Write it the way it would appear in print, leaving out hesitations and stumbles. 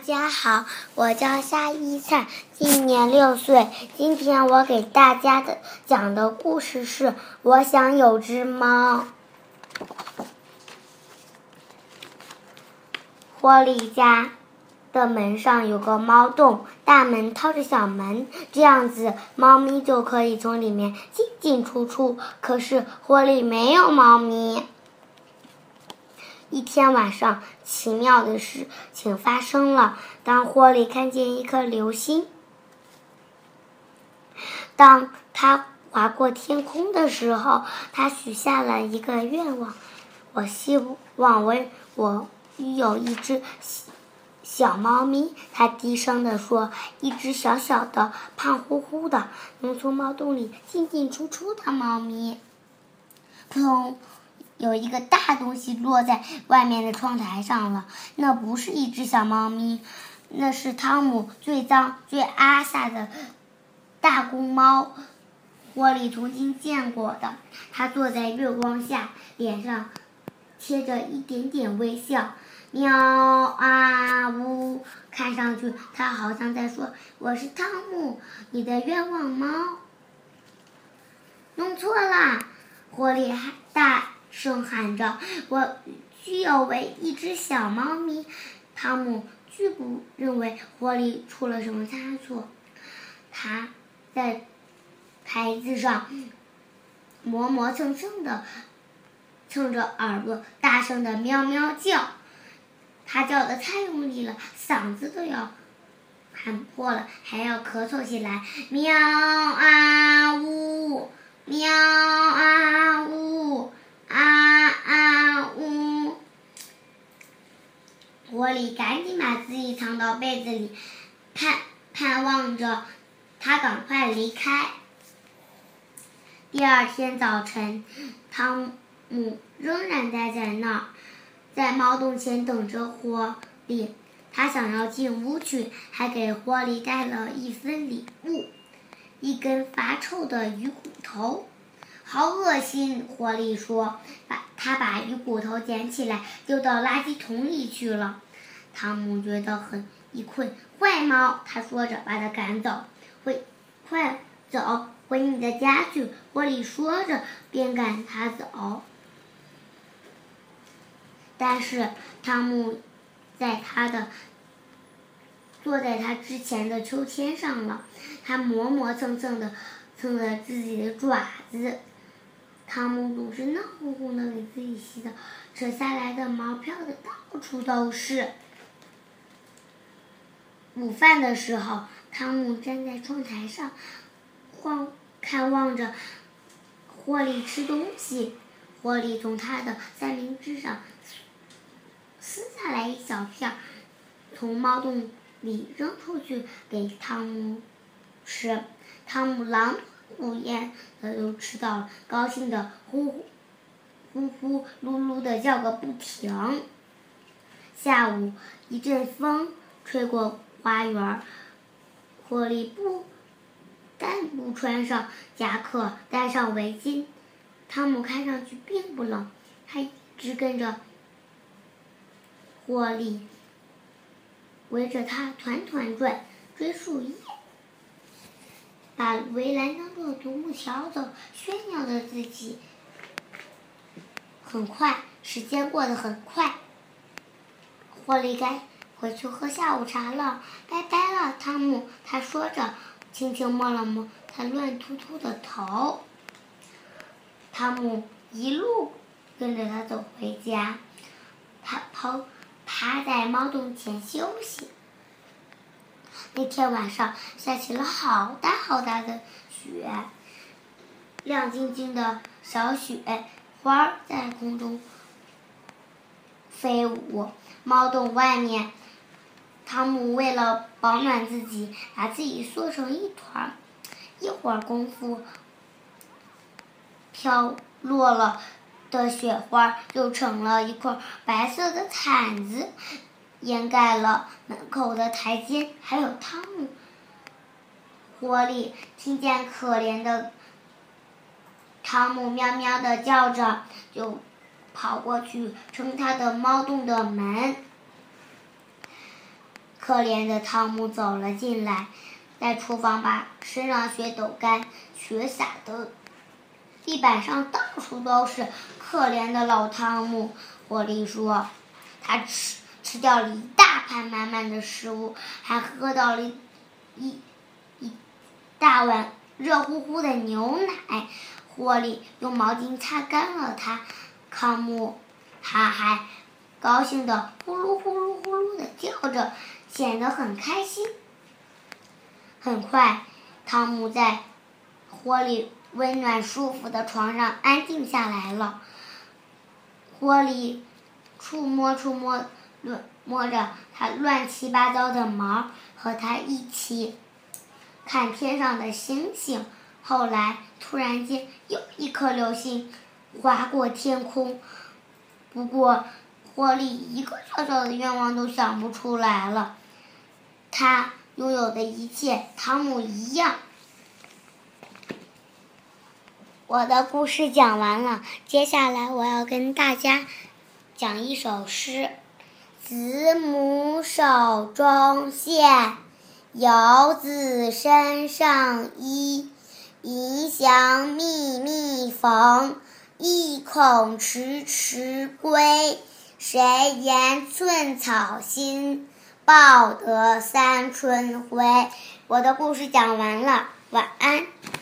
家好，我叫夏一灿，今年6岁。今天我给大家讲的故事是《我想有只猫》。霍利家的门上有个猫洞，大门套着小门，这样子猫咪就可以从里面进进出出。可是霍利没有猫咪。一天晚上，奇妙的事情发生了。当霍利看见一颗流星，当他划过天空的时候，他许下了一个愿望：我希望我有一只小猫咪。他低声地说：一只小小的、胖乎乎的，能从猫洞里进进出出的猫咪。扑通！有一个大东西落在外面的窗台上了，那不是一只小猫咪，那是汤姆最脏最阿萨的大公猫，霍利曾经见过的。他坐在月光下，脸上贴着一点点微笑，喵啊呜，看上去他好像在说：我是汤姆，你的愿望猫。弄错了，霍利大声喊着：我具有为一只小猫咪。汤姆拒不认为霍利出了什么差错，他在台子上磨磨蹭蹭的蹭着耳朵，大声的喵喵叫。他叫得太用力了，嗓子都要喊破了，还要咳嗽起来。喵啊呜，喵啊呜，啊啊呜！霍利赶紧把自己藏到被子里，盼望着他赶快离开。第二天早晨，汤姆仍然待在那儿，在猫洞前等着霍利。他想要进屋去，还给霍利带了一份礼物，一根发臭的鱼骨头。好恶心，霍利说。他把鱼骨头捡起来丢到垃圾桶里去了。汤姆觉得很一困。坏猫，他说着把它赶走。快走，回你的家去，霍利说着便赶他走。但是汤姆坐在他之前的秋千上了，他磨磨蹭蹭的蹭着自己的爪子。汤姆总是闹哄哄的给自己洗澡，扯下来的毛飘的到处都是。午饭的时候，汤姆站在窗台上，看望着霍利吃东西。霍利从他的三明治上撕下来一小片，从猫洞里扔出去给汤姆吃。汤姆狼吞虎咽的都吃到了，高兴的呼呼噜噜的叫个不停。下午，一阵风吹过花园，霍利不穿上夹克，戴上围巾。汤姆看上去并不冷，他一直跟着霍利，围着他团团转，追树叶，把围栏当作独木桥走，炫耀着自己。很快，时间过得很快，霍利该回去喝下午茶了。拜拜了，汤姆，他说着，轻轻摸了摸他乱秃秃的头。汤姆一路跟着他走回家，他趴在猫洞前休息。那天晚上下起了好大好大的雪，亮晶晶的小雪花在空中飞舞。猫洞外面，汤姆为了保暖自己，把自己缩成一团，一会儿功夫，飘落了的雪花就成了一块白色的毯子，掩盖了门口的台阶，还有汤姆。霍利听见可怜的汤姆喵喵地叫着，就跑过去撑他的猫洞的门。 可怜的汤姆走了进来，在厨房把身上血抖干，血洒的地板上到处都是。可怜的老汤姆，霍利说，他吃掉了一大盘满满的食物，还喝到了一大碗热乎乎的牛奶。霍利用毛巾擦干了汤姆，他还高兴地呼噜呼噜呼噜地叫着，显得很开心。很快，汤姆在霍利温暖舒服的床上安静下来了。霍利触摸着他乱七八糟的毛，和他一起看天上的星星。后来突然间又一颗流星划过天空，不过霍利一个小小的愿望都想不出来了。他拥有的一切汤姆一样。我的故事讲完了，接下来我要跟大家讲一首诗。子母手中线，游子身上衣。迎祥密密缝，意恐迟迟归。谁言寸草心，报得三春晖。我的故事讲完了，晚安。